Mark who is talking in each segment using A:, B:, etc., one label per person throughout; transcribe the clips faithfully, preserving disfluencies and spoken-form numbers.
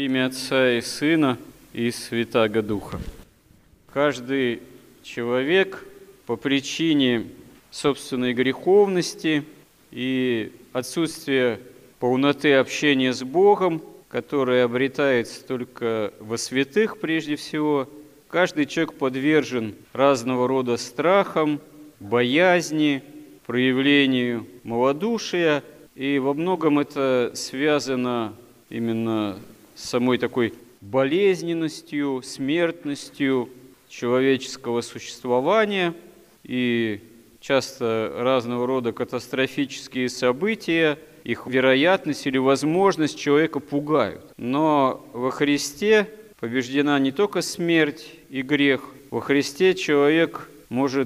A: Во имя Отца и Сына и Святаго Духа. Каждый человек по причине собственной греховности и отсутствия полноты общения с Богом, которое обретается только во святых прежде всего, каждый человек подвержен разного рода страхам, боязни, проявлению малодушия, и во многом это связано именно с самой такой болезненностью, смертностью человеческого существования, и часто разного рода катастрофические события, их вероятность или возможность человека пугают. Но во Христе побеждена не только смерть и грех, во Христе человек может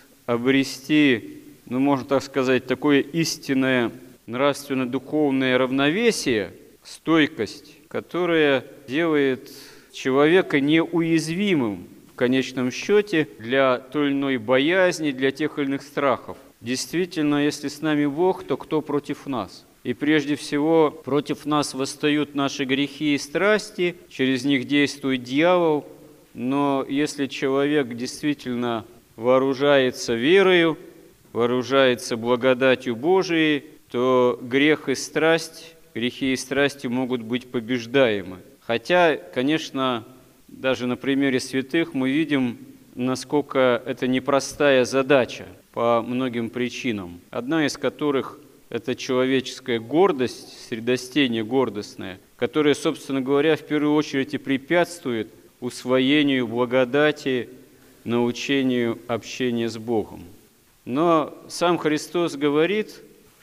A: обрести, ну, можно так сказать, такое истинное нравственно-духовное равновесие, стойкость, которая делает человека неуязвимым в конечном счете для той или иной боязни, для тех или иных страхов. Действительно, если с нами Бог, то кто против нас? И прежде всего против нас восстают наши грехи и страсти, через них действует дьявол. Но если человек действительно вооружается верою, вооружается благодатью Божией, то грех и страсть, грехи и страсти могут быть побеждаемы. Хотя, конечно, даже на примере святых мы видим, насколько это непростая задача по многим причинам. Одна из которых – это человеческая гордость, средостение гордостное, которое, собственно говоря, в первую очередь и препятствует усвоению благодати, научению общения с Богом. Но сам Христос говорит,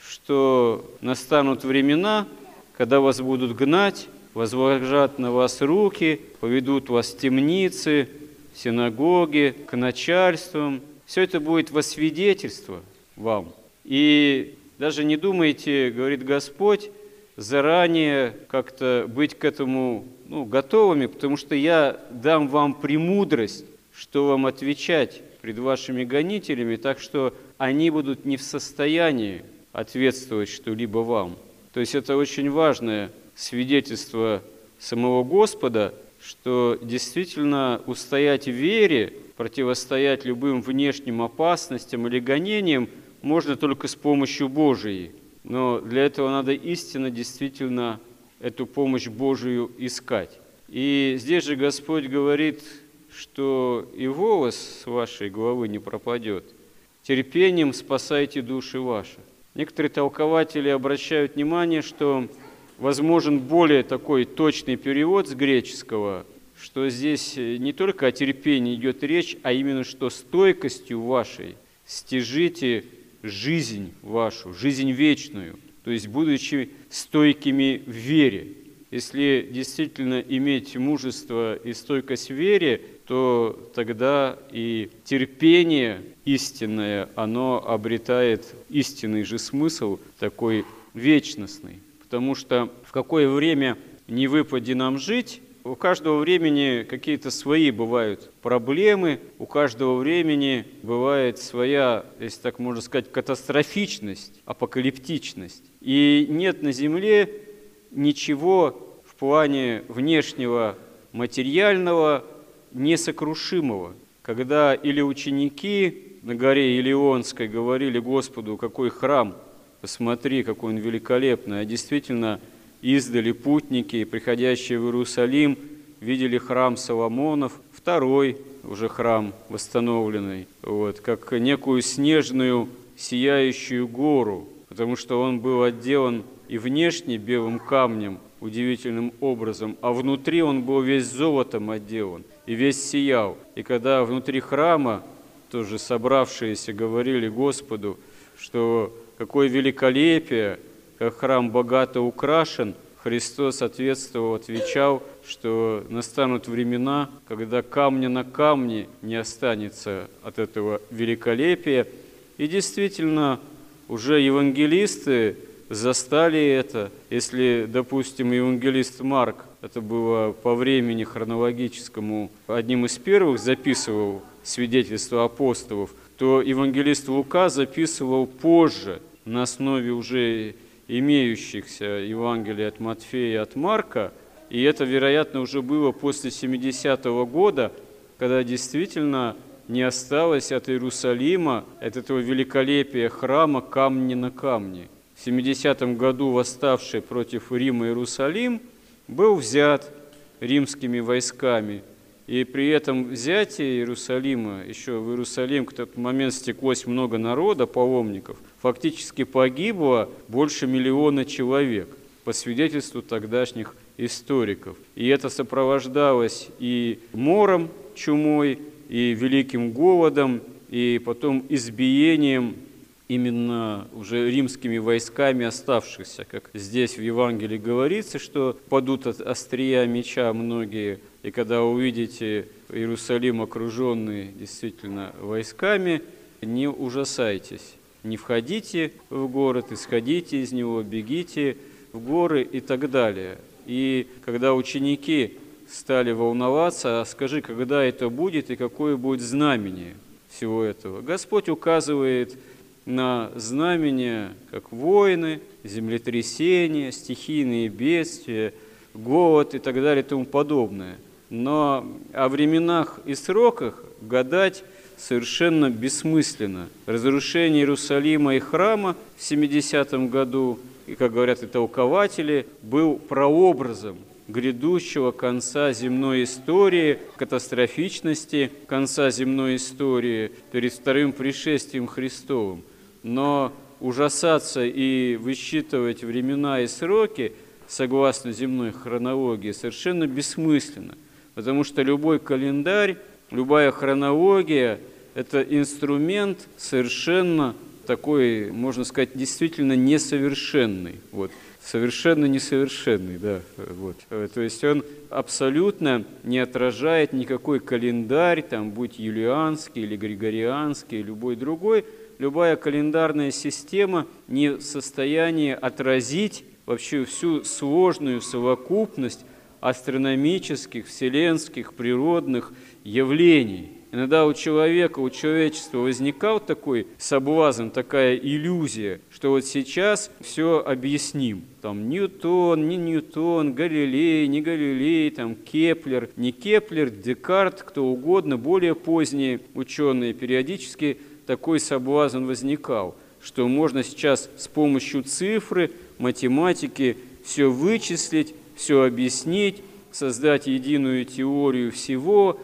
A: что настанут времена, когда вас будут гнать, возложат на вас руки, поведут вас в темницы, в синагоги, к начальствам. Все это будет во свидетельство вам. И даже не думайте, говорит Господь, заранее как-то быть к этому ну, готовыми, потому что я дам вам премудрость, что вам отвечать пред вашими гонителями, так что они будут не в состоянии ответствовать что-либо вам. То есть это очень важное свидетельство самого Господа, что действительно устоять в вере, противостоять любым внешним опасностям или гонениям можно только с помощью Божией. Но для этого надо истинно, действительно, эту помощь Божию искать. И здесь же Господь говорит, что и волос с вашей головы не пропадет. Терпением спасайте души ваши. Некоторые толкователи обращают внимание, что возможен более такой точный перевод с греческого, что здесь не только о терпении идет речь, а именно что стойкостью вашей стяжите жизнь вашу, жизнь вечную, то есть будучи стойкими в вере. Если действительно иметь мужество и стойкость в вере, то тогда и терпение истинное, оно обретает истинный же смысл, такой вечностный. Потому что в какое время не выпади нам жить, у каждого времени какие-то свои бывают проблемы, у каждого времени бывает своя, если так можно сказать, катастрофичность, апокалиптичность. И нет на земле ничего в плане внешнего материального несокрушимого. Когда или ученики на горе Илионской говорили Господу, какой храм, посмотри, какой он великолепный, а действительно издали путники, приходящие в Иерусалим, видели храм Соломонов, второй уже храм восстановленный, вот, как некую снежную сияющую гору, потому что он был отделан и внешне белым камнем, удивительным образом, а внутри он был весь золотом отделан и весь сиял. И когда внутри храма тоже собравшиеся говорили Господу, что какое великолепие, как храм богато украшен, Христос ответствовал, отвечал, что настанут времена, когда камня на камне не останется от этого великолепия. И действительно, уже евангелисты застали это. Если, допустим, евангелист Марк, это было по времени хронологическому, одним из первых записывал свидетельства апостолов, то евангелист Лука записывал позже, на основе уже имеющихся Евангелий от Матфея и от Марка, И это, вероятно, уже было после семидесятого года, когда действительно не осталось от Иерусалима, от этого великолепия храма камня на камне. В семидесятом году восставший против Рима Иерусалим был взят римскими войсками. И при этом взятии Иерусалима, еще в Иерусалим к тому моменту стеклось много народа, паломников, фактически погибло больше миллиона человек, по свидетельству тогдашних историков. И это сопровождалось и мором, чумой, и великим голодом, и потом избиением именно уже римскими войсками оставшихся, как здесь в Евангелии говорится, что падут от острия меча многие, и когда увидите Иерусалим, окруженный действительно войсками, не ужасайтесь, не входите в город, исходите из него, бегите в горы и так далее. И когда ученики стали волноваться, а скажи, когда это будет и какое будет знамение всего этого, Господь указывает на знамения, как войны, землетрясения, стихийные бедствия, голод и так далее и тому подобное. Но о временах и сроках гадать совершенно бессмысленно. Разрушение Иерусалима и храма в семидесятом году, и, как говорят и толкователи, был прообразом грядущего конца земной истории, катастрофичности конца земной истории перед вторым пришествием Христовым. Но ужасаться и высчитывать времена и сроки, согласно земной хронологии, совершенно бессмысленно, потому что любой календарь, любая хронология – это инструмент совершенно такой, можно сказать, действительно несовершенный. Вот. Совершенно несовершенный, да. Вот. То есть он абсолютно не отражает никакой календарь, там, будь юлианский или григорианский, или любой другой. Любая календарная система не в состоянии отразить вообще всю сложную совокупность астрономических, вселенских, природных явлений. Иногда у человека, у человечества возникал такой соблазн, такая иллюзия, что вот сейчас все объясним. Там Ньютон, не Ньютон, Галилей, не Галилей, там Кеплер, не Кеплер, Декарт, кто угодно, более поздние ученые. Периодически такой соблазн возникал, что можно сейчас с помощью цифры, математики все вычислить, все объяснить, создать единую теорию всего,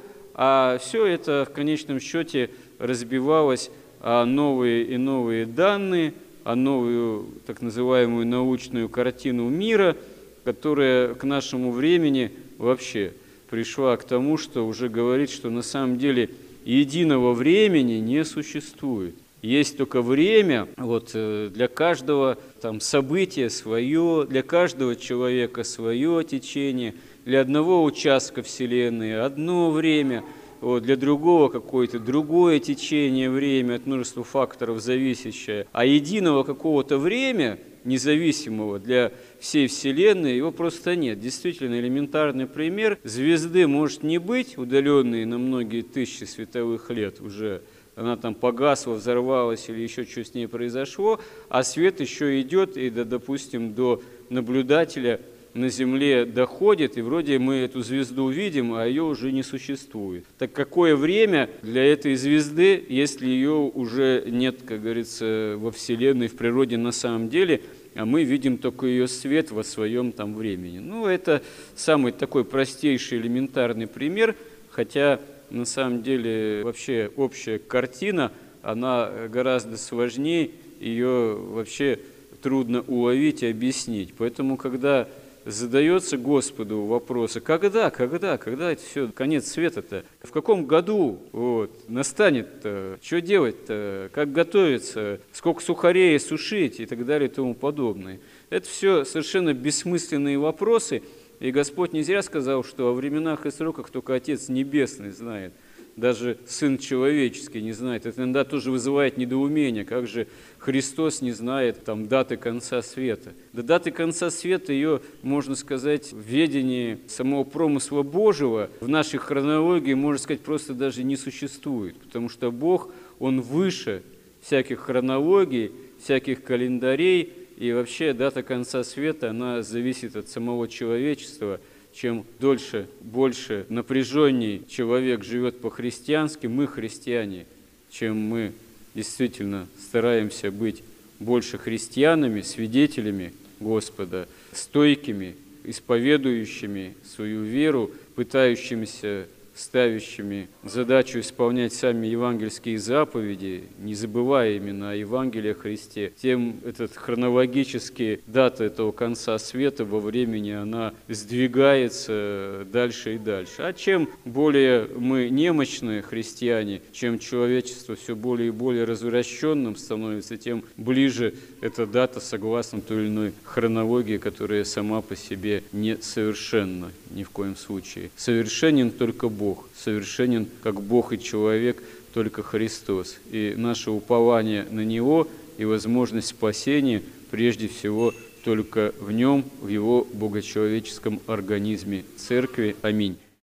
A: а все это в конечном счете разбивалось о новые и новые данные, о новую так называемую научную картину мира, которая к нашему времени вообще пришла к тому, что уже говорит, что на самом деле единого времени не существует. Есть только время, вот, для каждого там, события свое, для каждого человека свое течение, для одного участка Вселенной одно время, вот, для другого какое-то другое течение время, от множества факторов зависящее. А единого какого-то время, независимого для всей Вселенной, его просто нет. Действительно, элементарный пример. Звезды может не быть, удаленные на многие тысячи световых лет уже, она там погасла, взорвалась или еще что с ней произошло, а свет еще идет и, да, допустим, до наблюдателя на Земле доходит, и вроде мы эту звезду видим, а ее уже не существует. Так какое время для этой звезды, если ее уже нет, как говорится, во Вселенной, в природе на самом деле, а мы видим только ее свет во своем там времени? Ну, это самый такой простейший, элементарный пример, хотя на самом деле вообще общая картина, она гораздо сложнее, ее вообще трудно уловить и объяснить. Поэтому, когда задается Господу вопрос, когда, когда, когда это все, конец света-то, в каком году вот, настанет-то, что делать-то, как готовиться, сколько сухарей сушить и так далее и тому подобное. Это все совершенно бессмысленные вопросы, и Господь не зря сказал, что о временах и сроках только Отец Небесный знает. Даже Сын Человеческий не знает. Это иногда тоже вызывает недоумение. Как же Христос не знает там, даты конца света? До даты конца света ее, можно сказать, в ведении самого промысла Божьего в нашей хронологии, можно сказать, просто даже не существует. Потому что Бог, Он выше всяких хронологий, всяких календарей. И вообще дата конца света, она зависит от самого человечества, чем дольше, больше, напряженней человек живет по-христиански, мы христиане, чем мы действительно стараемся быть больше христианами, свидетелями Господа, стойкими, исповедующими свою веру, пытающимися, ставящими задачу исполнять сами евангельские заповеди, не забывая именно о Евангелии о Христе, тем этот хронологически дата этого конца света во времени, она сдвигается дальше и дальше. А чем более мы немощные христиане, чем человечество все более и более развращенным становится, тем ближе эта дата согласно той или иной хронологии, которая сама по себе несовершенна ни в коем случае. Совершенен только Бог. Бог, совершенен как Бог и человек только Христос. И наше упование на Него и возможность спасения прежде всего только в Нем, в Его богочеловеческом организме Церкви. Аминь.